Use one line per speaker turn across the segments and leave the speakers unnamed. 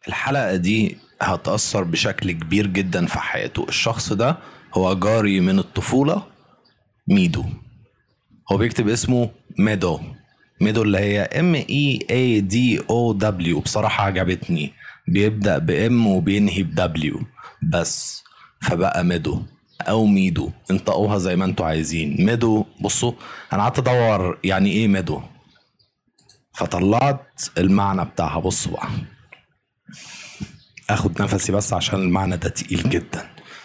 الحلقة دي هتأثر بشكل كبير جدا في حياته. الشخص ده هو جاري من الطفولة، ميدو. هو بيكتب اسمه ميدو. ميدو اللي هي MEADOW. بصراحة عجبتني، بيبدأ بM وبينهي بW بس، فبقى ميدو او ميدو، انطقوها زي ما انتوا عايزين. ميدو، بصوا انا قعدت ادور يعني ايه ميدو، فطلعت المعنى بتاعها. بصوا بقى، اخد نفسي بس عشان المعنى ده تقيل جدا.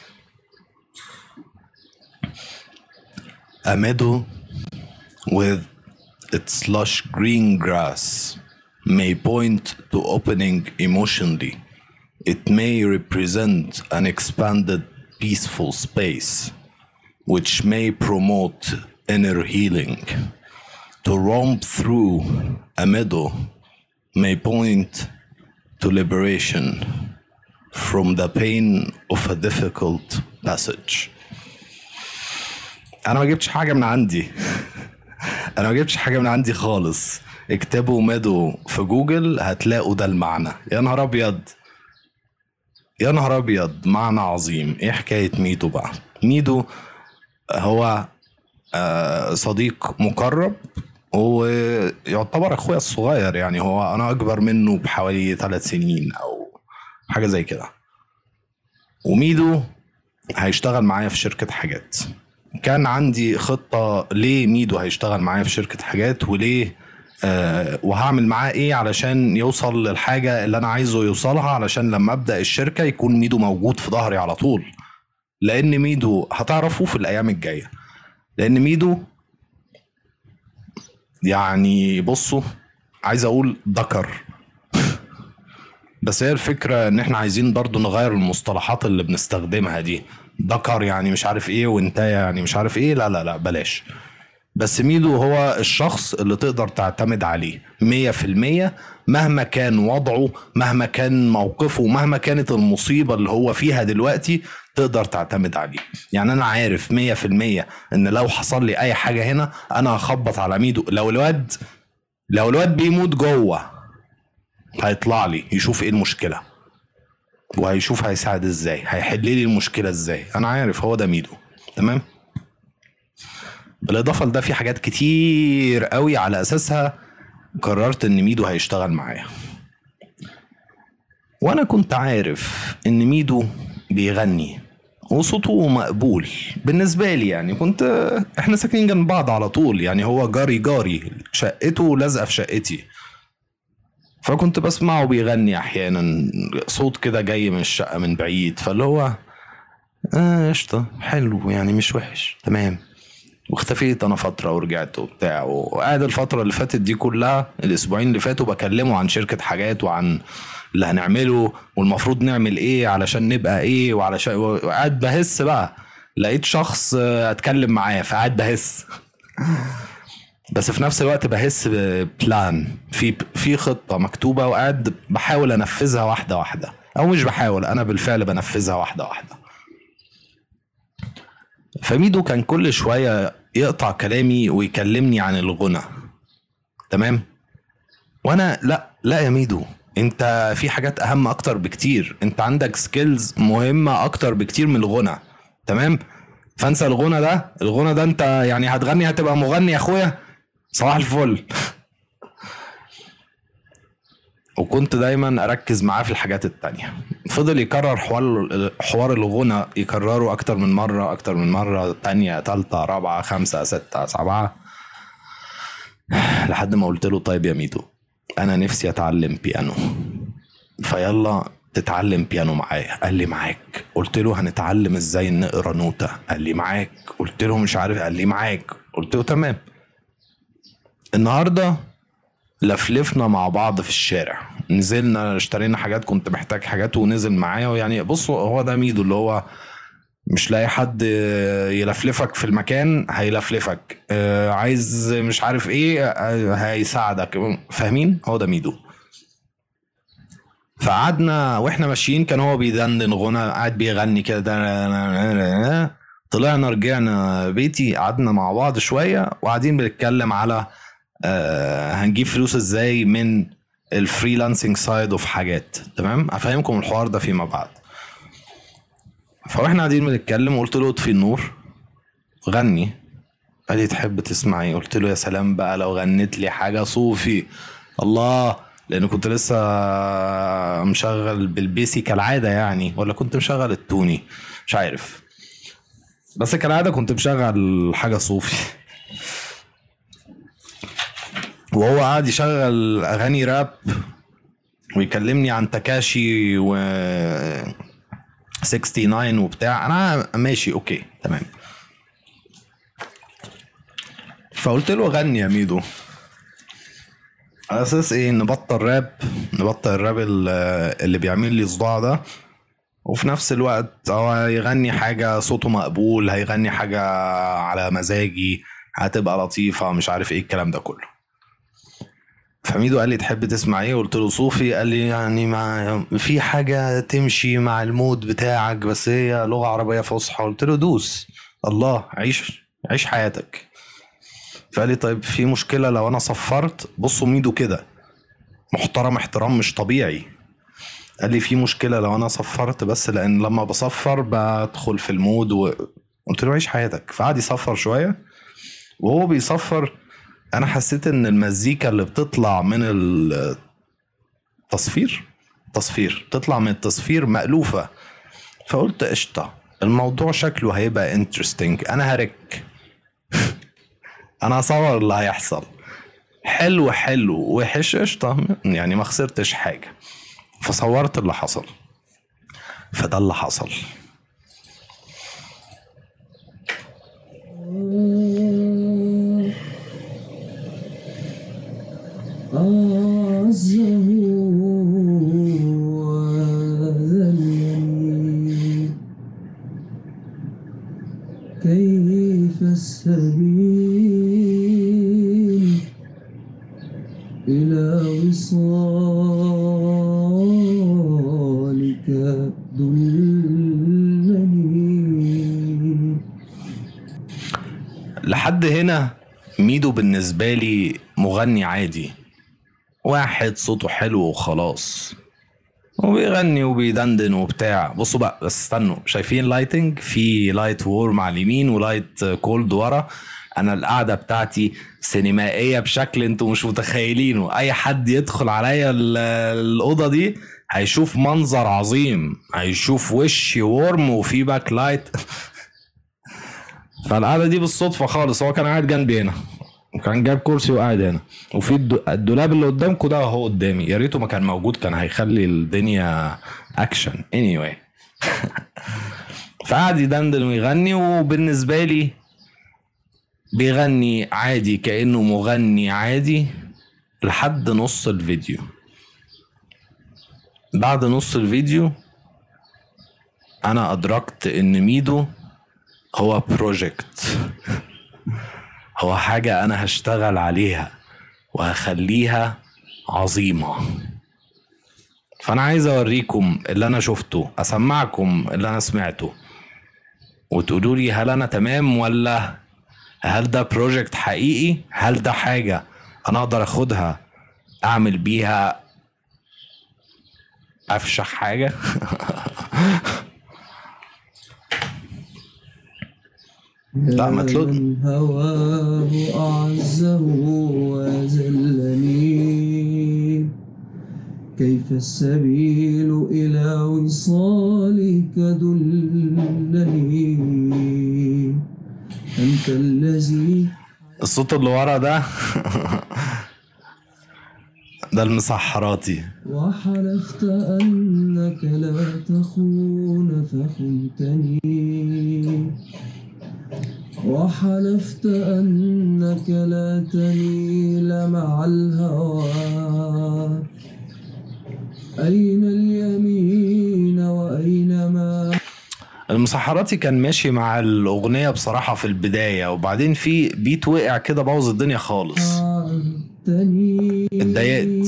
A meadow with its lush green grass may point to opening emotionally. It may represent an expanded peaceful space which may promote inner healing. To roam through a meadow may point to liberation from the pain of a difficult passage. انا ما جبتش حاجه من عندي. انا ما جبتش حاجه من عندي خالص. اكتبوا ميدو في جوجل هتلاقوا ده المعنى. يا نهار ابيض، يا نهار ابيض، معنى عظيم. ايه حكايه ميدو بقى؟ ميدو هو صديق مقرب، ويعتبر اخويا الصغير. يعني هو انا اكبر منه بحوالي 3 سنين او حاجه زي كده. وميدو هيشتغل معايا في شركه حاجات. كان عندي خطة ليه ميدو هيشتغل معايا في شركة حاجات، وليه وهعمل معاه ايه علشان يوصل للحاجة اللي انا عايزه يوصلها، علشان لما ابدأ الشركة يكون ميدو موجود في ظهري على طول. لان ميدو هتعرفوه في الايام الجاية. لان ميدو يعني بصوا، عايز اقول ذكر بس هي الفكرة ان احنا عايزين برضو نغير المصطلحات اللي بنستخدمها دي. ذكر يعني مش عارف ايه، وانت يعني مش عارف ايه. لا لا لا، بلاش. بس ميدو هو الشخص اللي تقدر تعتمد عليه 100%، مهما كان وضعه، مهما كان موقفه، مهما كانت المصيبة اللي هو فيها دلوقتي، تقدر تعتمد عليه. يعني انا عارف 100% ان لو حصل لي اي حاجة هنا انا هخبط على ميدو. لو الواد بيموت جوه هيطلع لي يشوف ايه المشكلة، وهيشوف هيساعد ازاي، هيحل لي المشكلة ازاي. انا عارف هو ده ميدو. تمام. بالاضافة لده في حاجات كتير قوي على اساسها قررت ان ميدو هيشتغل معايا. وانا كنت عارف ان ميدو بيغني وصوته مقبول بالنسبة لي. يعني احنا ساكنين جنب بعض على طول، يعني هو جاري شقته لازقة في شقتي، فكنت بسمعه بيغني احيانا صوت كده جاي من الشقة من بعيد، فاللي هو قشطة، حلو يعني، مش وحش، تمام. واختفيت انا فترة ورجعت وبتاع، وقاعد الفترة اللي فاتت دي كلها، الاسبوعين اللي فاتوا، بكلمه عن شركة حاجات وعن اللي هنعمله والمفروض نعمل ايه علشان نبقى ايه، وقاعد بهس بقى. لقيت شخص اتكلم معاه، فقاعد بهس بس في نفس الوقت بحس ببلان، في خطة مكتوبة، وقاعد بحاول انفذها واحدة واحدة. او مش بحاول، انا بالفعل بنفذها واحدة واحدة. فميدو كان كل شوية يقطع كلامي ويكلمني عن الغنى. تمام. وانا لا يا ميدو، انت في حاجات اهم اكتر بكتير، انت عندك سكيلز مهمة اكتر بكتير من الغنى. تمام. فانسى الغنى ده انت يعني هتغني هتبقى مغني يا اخويا، صباح الفل. وكنت دايما اركز معاه في الحاجات التانية. فضل يكرر حوار الغنى، يكرره اكتر من مرة تانية، تالتة، رابعة، 5، 6، 7، لحد ما قلت له طيب يا ميدو، انا نفسي اتعلم بيانو، فيلا تتعلم بيانو معايا. قال لي معاك. قلت له هنتعلم ازاي نقرا نوتة؟ قال لي معاك. قلت له مش عارف. قال لي معاك. قلت له تمام. النهارده لفلفنا مع بعض في الشارع، نزلنا اشترينا حاجات، كنت محتاج حاجات ونزل معايا. يعني بصوا، هو ده ميدو، اللي هو مش لاقي حد يلفلفك في المكان هيلفلفك، عايز مش عارف ايه هيساعدك. فاهمين؟ هو ده ميدو. فقعدنا واحنا ماشيين، كان هو بيدندن غنى، قاعد بيغني كده. طلعنا رجعنا بيتي، قعدنا مع بعض شوية وقاعدين بنتكلم على هنجيب فلوس ازاي من الفريلانسنج سايد اوف حاجات. تمام، افهمكم الحوار ده فيما بعد. فاحنا قاعدين بنتكلم، قلت له اطفي النور غني. قال لي تحب تسمع ايه؟ قلت له يا سلام بقى لو غنيت لي حاجه صوفي. الله، لان كنت لسه مشغل بالبيسي كالعاده يعني، ولا كنت مشغل التوني مش عارف، بس كالعاده كنت مشغل حاجه صوفي. وهو قاعد يشغل اغاني راب ويكلمني عن تكاشي و 69 وبتاع. انا ماشي اوكي تمام. فقلت له غني يا ميدو، على اساس ايه؟ نبطل راب، نبطل الراب اللي بيعمل لي صداع ده، وفي نفس الوقت هو يغني حاجة صوته مقبول، هيغني حاجة على مزاجي، هتبقى لطيفة، مش عارف ايه الكلام ده كله. فميدو قال لي تحب تسمع ايه؟ قلت له صوفي. قال لي يعني ما في حاجة تمشي مع المود بتاعك بس هي لغة عربية فصحى. قلت له دوس، الله، عيش حياتك. فقال لي طيب في مشكلة لو انا صفرت؟ بصوا ميدو كده محترم احترام مش طبيعي. قال لي في مشكلة لو انا صفرت، بس لان لما بصفر بدخل في المود قلت له عيش حياتك. فقعد يصفر شوية، وهو بيصفر انا حسيت ان المزيكا اللي بتطلع من التصفير تطلع من التصفير مألوفة. فقلت قشطة، الموضوع شكله هيبقى انترستينج، انا هرك. انا هصور اللي هيحصل، حلو وحش قشطة يعني، ما خسرتش حاجة. فصورت اللي حصل، فده اللي حصل.
كيف السبيل إلى وصالك دلني.
لحد هنا ميدو بالنسبة لي مغني عادي، واحد صوته حلو وخلاص، وبيغني وبيدندن وبتاع. بصوا بقى بس استنوا، شايفين لايتنج؟ في لايت وورم على اليمين ولايت كولد ورا. انا القعدة بتاعتي سينمائية بشكل انتوا مش متخيلينه. اي حد يدخل عليا الأوضة دي هيشوف منظر عظيم، هيشوف وشي وورم وفي باك لايت. فالقعدة دي بالصدفة خالص، هو كان قاعد جنبي هنا وكان جايب كرسي وقاعد هنا، وفي الدولاب اللي قدامكم ده اهو قدامي. يا ريته ما كان موجود، كان هيخلي الدنيا اكشن. anyway فقعد يدندن ويغني، وبالنسبة لي بيغني عادي كأنه مغني عادي لحد نص الفيديو. بعد نص الفيديو انا ادركت ان ميدو هو بروجكت، هو حاجة انا هشتغل عليها وهخليها عظيمة. فانا عايز اوريكم اللي انا شفته، اسمعكم اللي انا سمعته، وتقولوا لي هل انا تمام، ولا هل ده بروجكت حقيقي، هل ده حاجة انا اقدر اخدها اعمل بيها افشخ حاجة. لا ما تلود.
من هواه أعزه وذلني، كيف السبيل إلى وصالك دلني، أنت الذي.
الصوت اللي ورا ده ده المسحراتي.
وحلفت أنك لا تخون فخنتني، وحلفت أنك لا تميل مع الهوى، أين اليمين وأين ما.
المسحراتي كان ماشي مع الأغنية بصراحة في البداية، وبعدين في بيت وقع كده بوظ الدنيا خالص، اتضايقت.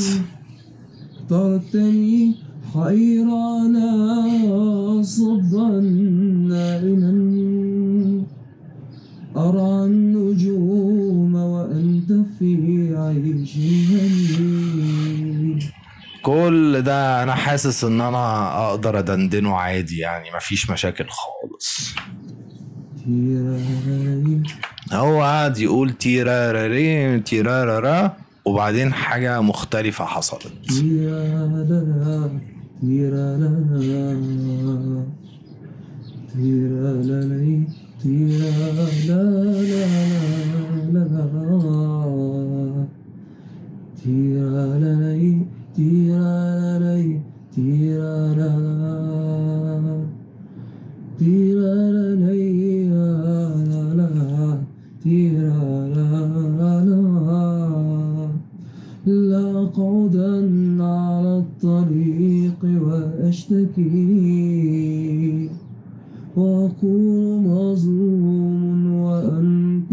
طرتني حيرانا صبا نائما، أرى النجوم وأنت في عيش هني.
حاسس ان انا اقدر ادندنه عادي يعني مفيش مشاكل خالص. هو قاعد يقول تيراراري تيرارارا وبعدين حاجة مختلفة حصلت.
لأقعدن على الطريق وأشتكي وأقول مظلوم وأنت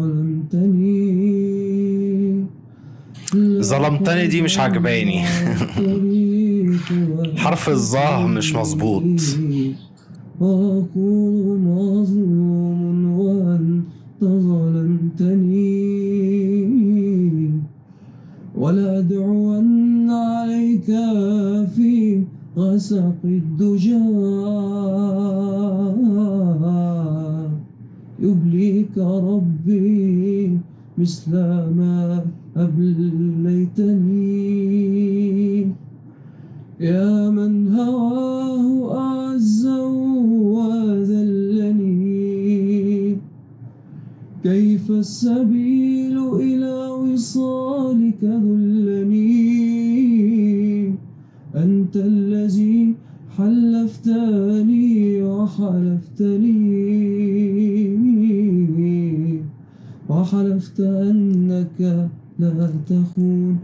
ظلمتني.
ظلمتني دي مش عجباني. حرف الظا مش مظبوط.
وأقول مظلوم وأنت ظلمتني ولا أدعون عليك في غسق الدجى يبليك ربي مثل ما أبليتني. يا من هواه أعز وذلني كيف السبيل إلى وصالك ذلني. أنت الذي حلفتني وحلفت أنك لا تخون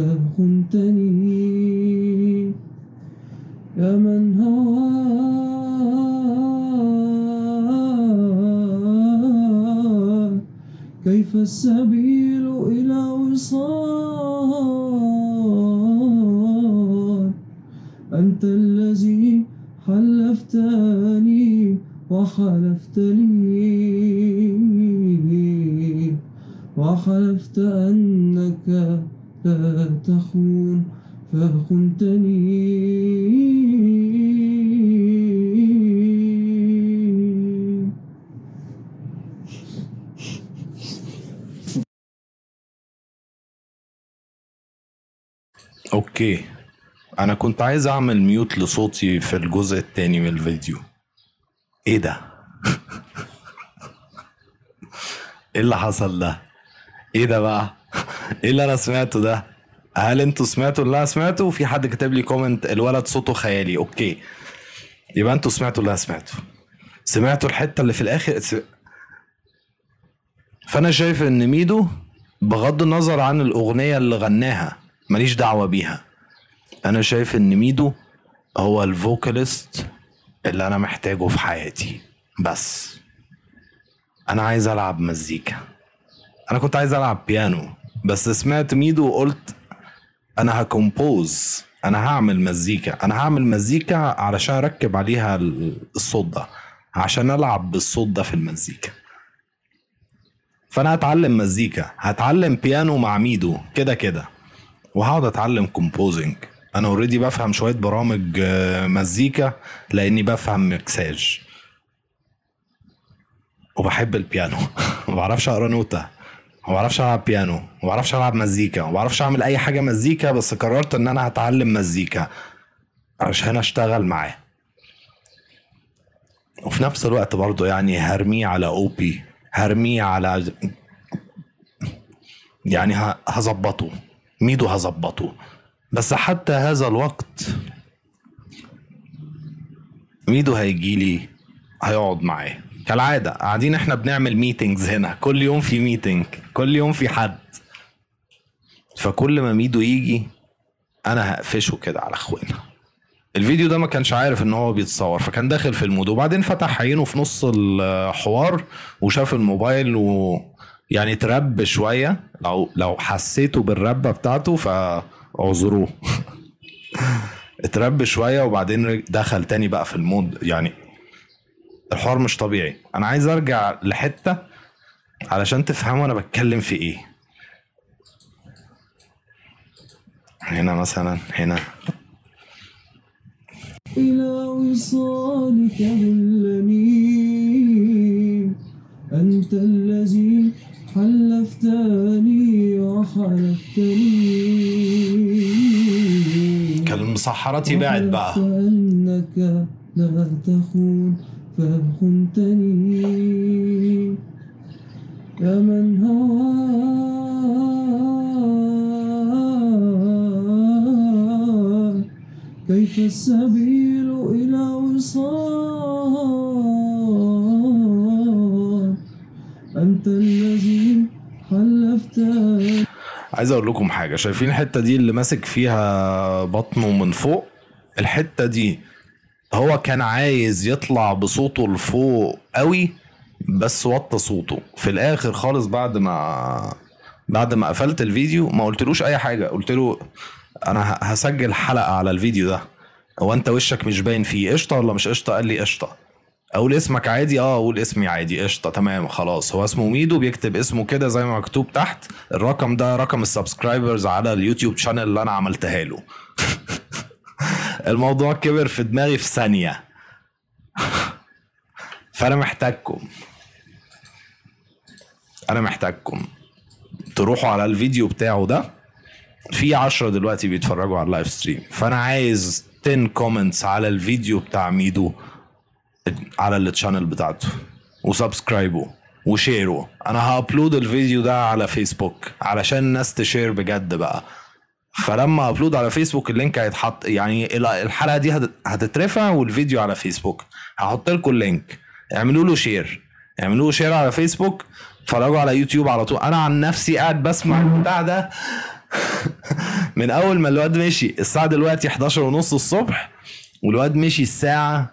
فخنتني. يا من هواه كيف السبيل إلى وصال. أنت الذي حلفتني وحلفت أنك لا تخون فخنتني.
اوكي انا كنت عايز اعمل ميوت لصوتي في الجزء التاني من الفيديو. ايه ده؟ ايه اللي حصل ده؟ ايه ده بقى؟ ايه اللي انا سمعته ده؟ هل انتوا سمعتوا اللي انا سمعته؟ وفي حد كتب لي كومنت الولد صوته خيالي. اوكي يبقى انتوا سمعتوا اللي انا سمعته. سمعتوا الحتة اللي في الاخر. فانا شايف ان ميدو بغض النظر عن الاغنية اللي غناها ماليش دعوة بيها. انا شايف ان ميدو هو الفوكاليست اللي انا محتاجه في حياتي. بس انا عايز العب مزيكا. انا كنت عايز العب بيانو بس سمعت ميدو وقلت انا هكمبوز. انا هعمل مزيكا علشان اركب عليها الصوت ده عشان العب بالصوت ده في المزيكا. فانا هتعلم مزيكا هتعلم بيانو مع ميدو كده وهقعد اتعلم كومبوزنج. انا اوريدي بفهم شوية برامج مزيكا لاني بفهم مكساج وبحب البيانو. ما بعرفش اقرا نوتة ما بعرفش العب بيانو ما بعرفش العب مزيكا ما بعرفش اعمل اي حاجة مزيكا. بس قررت ان انا هتعلم مزيكا عشان اشتغل معاه وفي نفس الوقت برضو يعني هرميه على اوبي هرميه على يعني هظبطه ميدو هظبطه. بس حتى هذا الوقت ميدو هيجيلي هيقعد معايا كالعادة. قاعدين احنا بنعمل ميتينجز هنا كل يوم في ميتينج كل يوم في حد. فكل ما ميدو يجي انا هقفشه كده على اخوانا. الفيديو ده ما كانش عارف ان هو بيتصور فكان داخل في المود وبعدين فتح عينه في نص الحوار وشاف الموبايل يعني ترب شوية. لو حسيته بالربة بتاعته فاعذروه. اترب شوية وبعدين دخل تاني بقى في المود. يعني الحوار مش طبيعي. انا عايز ارجع لحتة علشان تفهموا انا بتكلم في ايه. هنا مثلا هنا
إلى وصالك دلني أنت الذي حلفتني وحلفتني
كالمسحرات بعد بقى
أنك لا تخون فخنتني يا من هوى كيف السبيل إلى وصال أنت الذي حلفتني.
عايز اقول لكم حاجه. شايفين الحته دي اللي ماسك فيها بطنه من فوق؟ الحته دي هو كان عايز يطلع بصوته لفوق قوي بس وطى صوته في الاخر خالص. بعد ما قفلت الفيديو ما قلتلوش اي حاجه، قلت له انا هسجل حلقه على الفيديو ده، هو انت وشك مش باين فيه، قشطه ولا مش قشطه؟ قال لي قشطه. اقول اسمك عادي؟ اقول اسمي عادي. قشطه تمام خلاص. هو اسمه ميدو، بيكتب اسمه كده زي ما مكتوب تحت. الرقم ده رقم السبسكرايبرز على اليوتيوب شانل اللي انا عملتها له. الموضوع كبر في دماغي في ثانيه. فانا محتاجكم تروحوا على الفيديو بتاعه ده، في 10 دلوقتي بيتفرجوا على اللايف ستريم، فانا عايز 10 كومنتس على الفيديو بتاع ميدو على التشانل بتاعته، وسبسكرايبوا وشيروا. انا هابلود الفيديو ده على فيسبوك علشان الناس تشير بجد بقى. فلما ابلود على فيسبوك اللينك هيتحط، يعني الحلقه دي هتترفع والفيديو على فيسبوك، هحط لكم اللينك، اعملوا له شير على فيسبوك، اتفرجوا على يوتيوب على طول. انا عن نفسي قاعد بسمع البتاع ده من اول ما الواد مشي. الساعه دلوقتي 11:30 الصبح، والواد مشي الساعه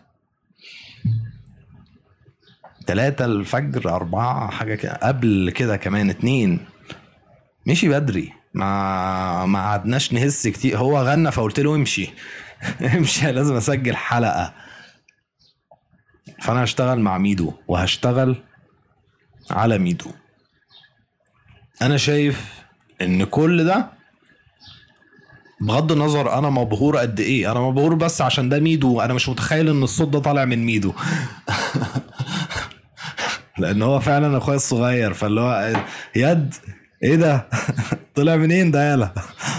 3 الفجر 4 حاجه كده، قبل كده كمان 2. مشي بدري، ما قعدناش نهس كتير. هو غنى فقلت له امشي امشي، لازم اسجل حلقه. فانا هشتغل مع ميدو وهشتغل على ميدو. انا شايف ان كل ده بغض النظر انا مبهور قد ايه، انا مبهور بس عشان ده ميدو. انا مش متخيل ان الصوت ده طالع من ميدو لان هو فعلا اخويا الصغير، فاللي هو يد ايه ده طلع منين ده يالا.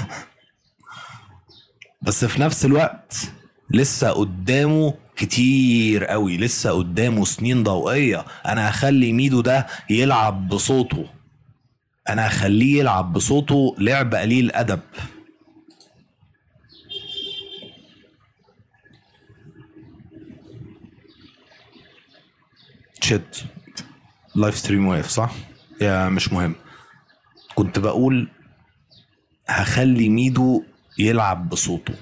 بس في نفس الوقت لسه قدامه كتير قوي، لسه قدامه سنين ضوئية. انا هخلي ميدو ده يلعب بصوته، انا هخليه يلعب بصوته لعب قليل ادب. شت لايف ستريم واقف صح؟ يا مش مهم. كنت بقول هخلي ميدو يلعب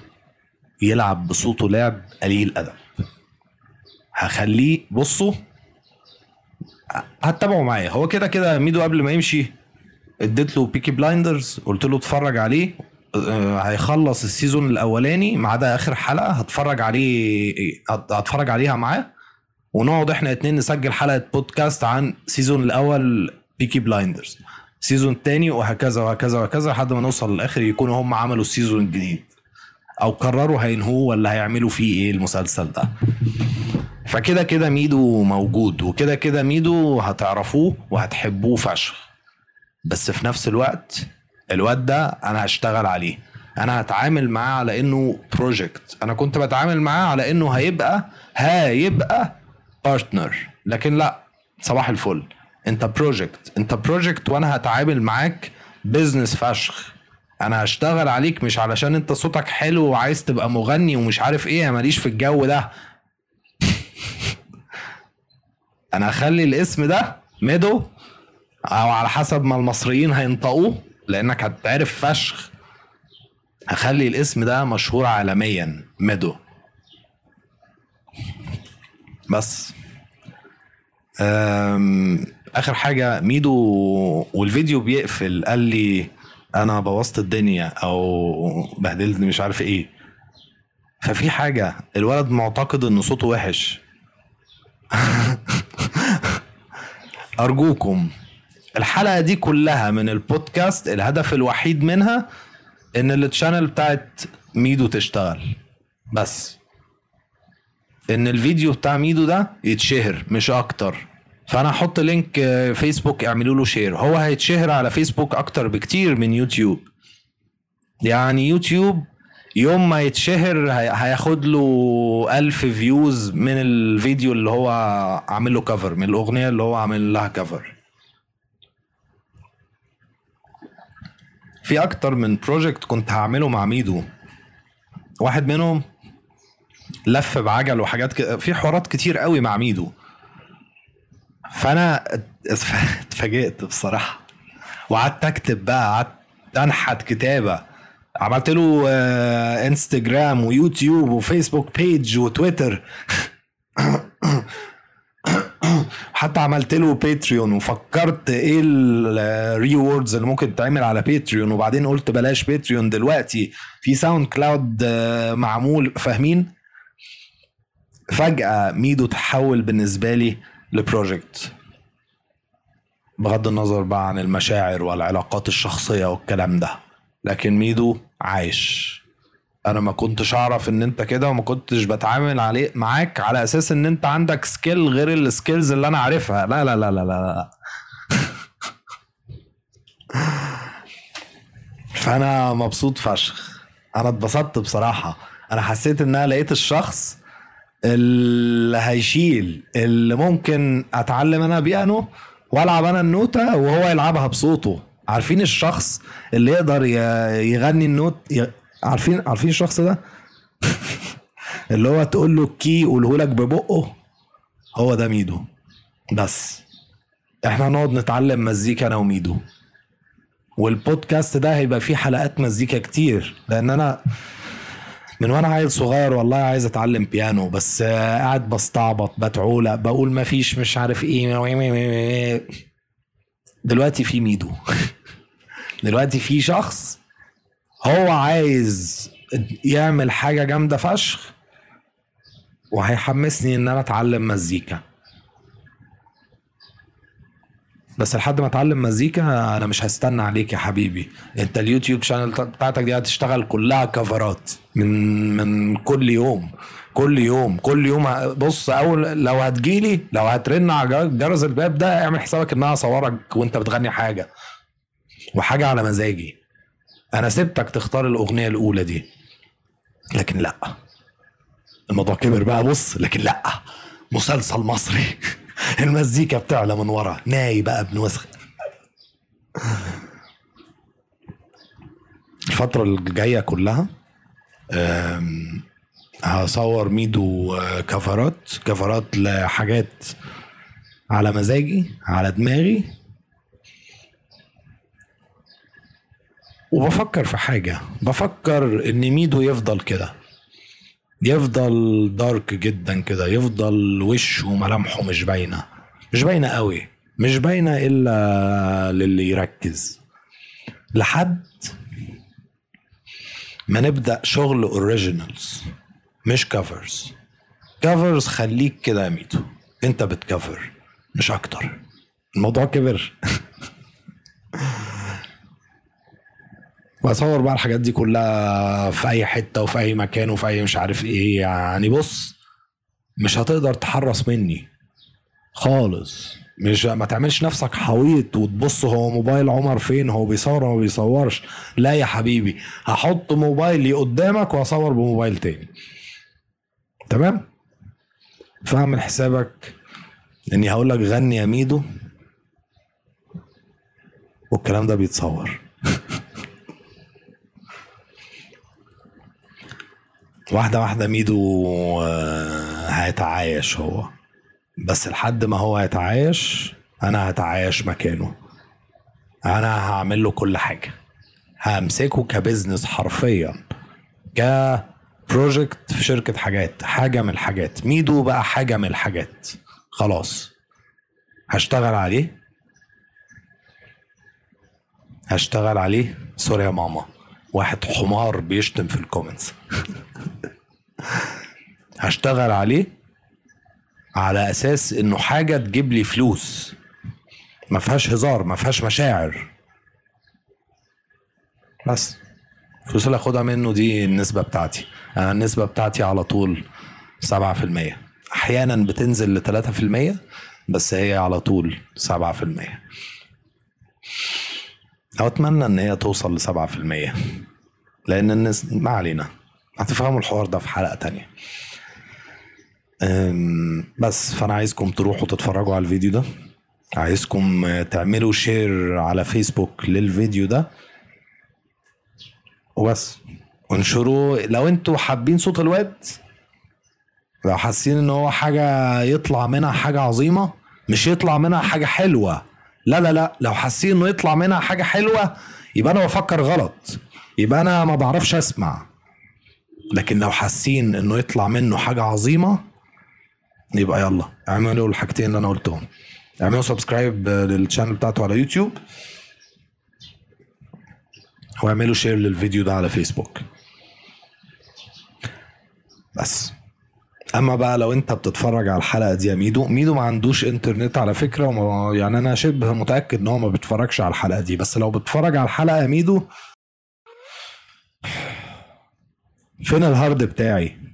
بصوته لعب قليل ادب. هخليه، بصوا هتتابعوا معايا. هو كده كده ميدو قبل ما يمشي اديت له بيكي بلايندرز، قلت له اتفرج عليه. هيخلص السيزون الاولاني ما عدا اخر حلقه، هتفرج عليها معاه، ونقعد احنا 2 نسجل حلقه بودكاست عن سيزون الاول بيكي بلايندرز، سيزون الثاني، وهكذا وهكذا وهكذا لحد ما نوصل للاخر يكونوا هم عملوا السيزون الجديد او قرروا هينهوه ولا هيعملوا فيه ايه المسلسل ده. فكده كده ميدو موجود، وكده كده ميدو هتعرفوه وهتحبوه فشخ. بس في نفس الوقت الواد ده انا هشتغل عليه، انا هتعامل معاه على انه بروجكت. انا كنت بتعامل معاه على انه هيبقى بارتنر، لكن لا، صباح الفل، انت بروجكت وانا هتعامل معاك بيزنس فشخ. انا هشتغل عليك مش علشان انت صوتك حلو وعايز تبقى مغني ومش عارف ايه، ماليش في الجو ده. انا هخلي الاسم ده ميدو، او على حسب ما المصريين هينطقوه لانك هتعرف فشخ، هخلي الاسم ده مشهور عالميا، ميدو. بس اخر حاجة، ميدو والفيديو بيقفل قال لي انا بوظت الدنيا او بهدلت مش عارف ايه. ففي حاجة، الولد معتقد ان صوته وحش. ارجوكم، الحلقة دي كلها من البودكاست الهدف الوحيد منها ان التشانل بتاعت ميدو تشتغل بس. ان الفيديو بتاع ميدو ده يتشهر مش اكتر. فانا هحط لينك فيسبوك اعملوا له شير. هو هيتشهر على فيسبوك اكتر بكتير من يوتيوب. يعني يوتيوب يوم ما يتشهر هياخد له 1000 فيوز من الفيديو اللي هو عامل له كفر، من الاغنية اللي هو عامل لها كفر. في اكتر من بروجكت كنت هعمله مع ميدو، واحد منهم لف بعجل وحاجات في حوارات كتير قوي مع ميدو. فانا اتفاجئت بصراحة، وقعدت اكتب بقى، قعدت انحت كتابة، عملت له انستجرام ويوتيوب وفيسبوك بيج وتويتر حتى عملت له باتريون، وفكرت ايه الريوردز اللي ممكن تعمل على باتريون، وبعدين قلت بلاش باتريون دلوقتي، في ساوند كلاود معمول، فاهمين؟ فجأة ميدو تحول بالنسبة لي لبروجكت، بغض النظر بقى عن المشاعر والعلاقات الشخصية والكلام ده، لكن ميدو عايش. انا ما كنتش اعرف ان انت كده، وما كنتش بتعامل عليه معاك على اساس ان انت عندك سكيل غير السكيلز اللي انا عارفها. لا لا لا لا لا فانا مبسوط فشخ، انا اتبسطت بصراحة. انا حسيت ان انا لقيت الشخص اللي هيشيل، اللي ممكن اتعلم انا بيانو والعب انا النوتة وهو يلعبها بصوته. عارفين الشخص اللي يقدر يغني النوت؟ عارفين الشخص ده اللي هو تقول له الكي يقوله لك ببقه؟ هو ده ميدو. بس احنا نقعد نتعلم مزيكا انا وميدو، والبودكاست ده هيبقى فيه حلقات مزيكا كتير، لان انا من وانا عيل صغير والله عايز اتعلم بيانو، بس قاعد بستعبط بتعولق بقول ما فيش مش عارف ايه. دلوقتي في ميدو دلوقتي في شخص هو عايز يعمل حاجة جامدة فشخ، وهيحمسني ان انا اتعلم مزيكا. بس لحد ما اتعلم مزيكا انا مش هستنى عليك يا حبيبي. انت اليوتيوب شانل بتاعتك دي هتشتغل كلها كفرات من كل يوم كل يوم كل يوم. بص، اول لو هتجيلي، لو هترن على جرس الباب ده، اعمل حسابك ان انا اصورك وانت بتغني حاجة، وحاجة على مزاجي. انا سبتك تختار الاغنية الاولى دي، لكن لا، الموضوع كبر بقى. بص، لكن لا، مسلسل مصري المزيكا بتعلى من ورا، ناي بقى ابن وسخ. الفترة الجاية كلها هصور ميدو كفرات لحاجات على مزاجي على دماغي. وبفكر في حاجة، بفكر ان ميدو يفضل كده، يفضل دارك جدا كده، يفضل وشه وملامحه مش باينة قوي، مش باينة الا للي يركز، لحد ما نبدأ شغل اوريجينالز مش كافرز. خليك كده يا ميدو، انت بتكفر مش اكتر. الموضوع كبر واصور بقى الحاجات دي كلها في اي حتة وفي اي مكان وفي اي مش عارف ايه. يعني بص، مش هتقدر تحرص مني خالص. مش ما تعملش نفسك حويط وتبص هو موبايل عمر فين، هو بيصور وما بيصورش. لا يا حبيبي، هحط موبايلي قدامك واصور بموبايل تاني، تمام؟ فاعمل حسابك اني هقول لك غني يا ميدو، والكلام ده بيتصور واحدة واحدة. ميدو هيتعايش هو، بس لحد ما هو هيتعايش انا هتعايش مكانه. انا هعمل له كل حاجة، همسكه كبزنس حرفيا، كبروجكت في شركة حاجات، حاجة من الحاجات. ميدو بقى حاجة من الحاجات، خلاص هشتغل عليه. سوري يا ماما، واحد حمار بيشتم في الكومنتس هشتغل عليه على اساس انه حاجة تجيب لي فلوس، ما فيهاش هزار، ما فيهاش مشاعر. بس الفلوس اللي اخدها منه دي النسبة بتاعتي. انا النسبة بتاعتي على طول 7%. احيانا بتنزل ل 3%، بس هي على طول 7%. او اتمنى ان هي توصل ل 7%، لان الناس ما علينا، هتفهموا الحوار ده في حلقة تانية. بس فانا عايزكم تروحوا تتفرجوا على الفيديو ده، عايزكم تعملوا شير على فيسبوك للفيديو ده وبس، وانشروا. لو انتوا حابين صوت الواد، لو حاسين ان هو حاجة يطلع منها حاجة عظيمة، مش يطلع منها حاجة حلوة، لا لا لا، لو حاسين انه يطلع منها حاجة حلوة يبقى انا بفكر غلط، يبقى انا ما بعرفش اسمع. لكن لو حاسين انه يطلع منه حاجة عظيمة، يبقى يلا اعملوا الحاجتين اللي انا قلتهم. اعملوا سبسكرايب للشانل بتاعته على يوتيوب، واعملوا شير للفيديو ده على فيسبوك. بس اما بقى لو انت بتتفرج على الحلقة دي يا ميدو ما عندوش انترنت على فكرة، يعني انا شبه متأكد ان هو ما بيتفرجش على الحلقة دي، بس لو بتتفرج على الحلقة يا ميدو، فين الهارد بتاعي؟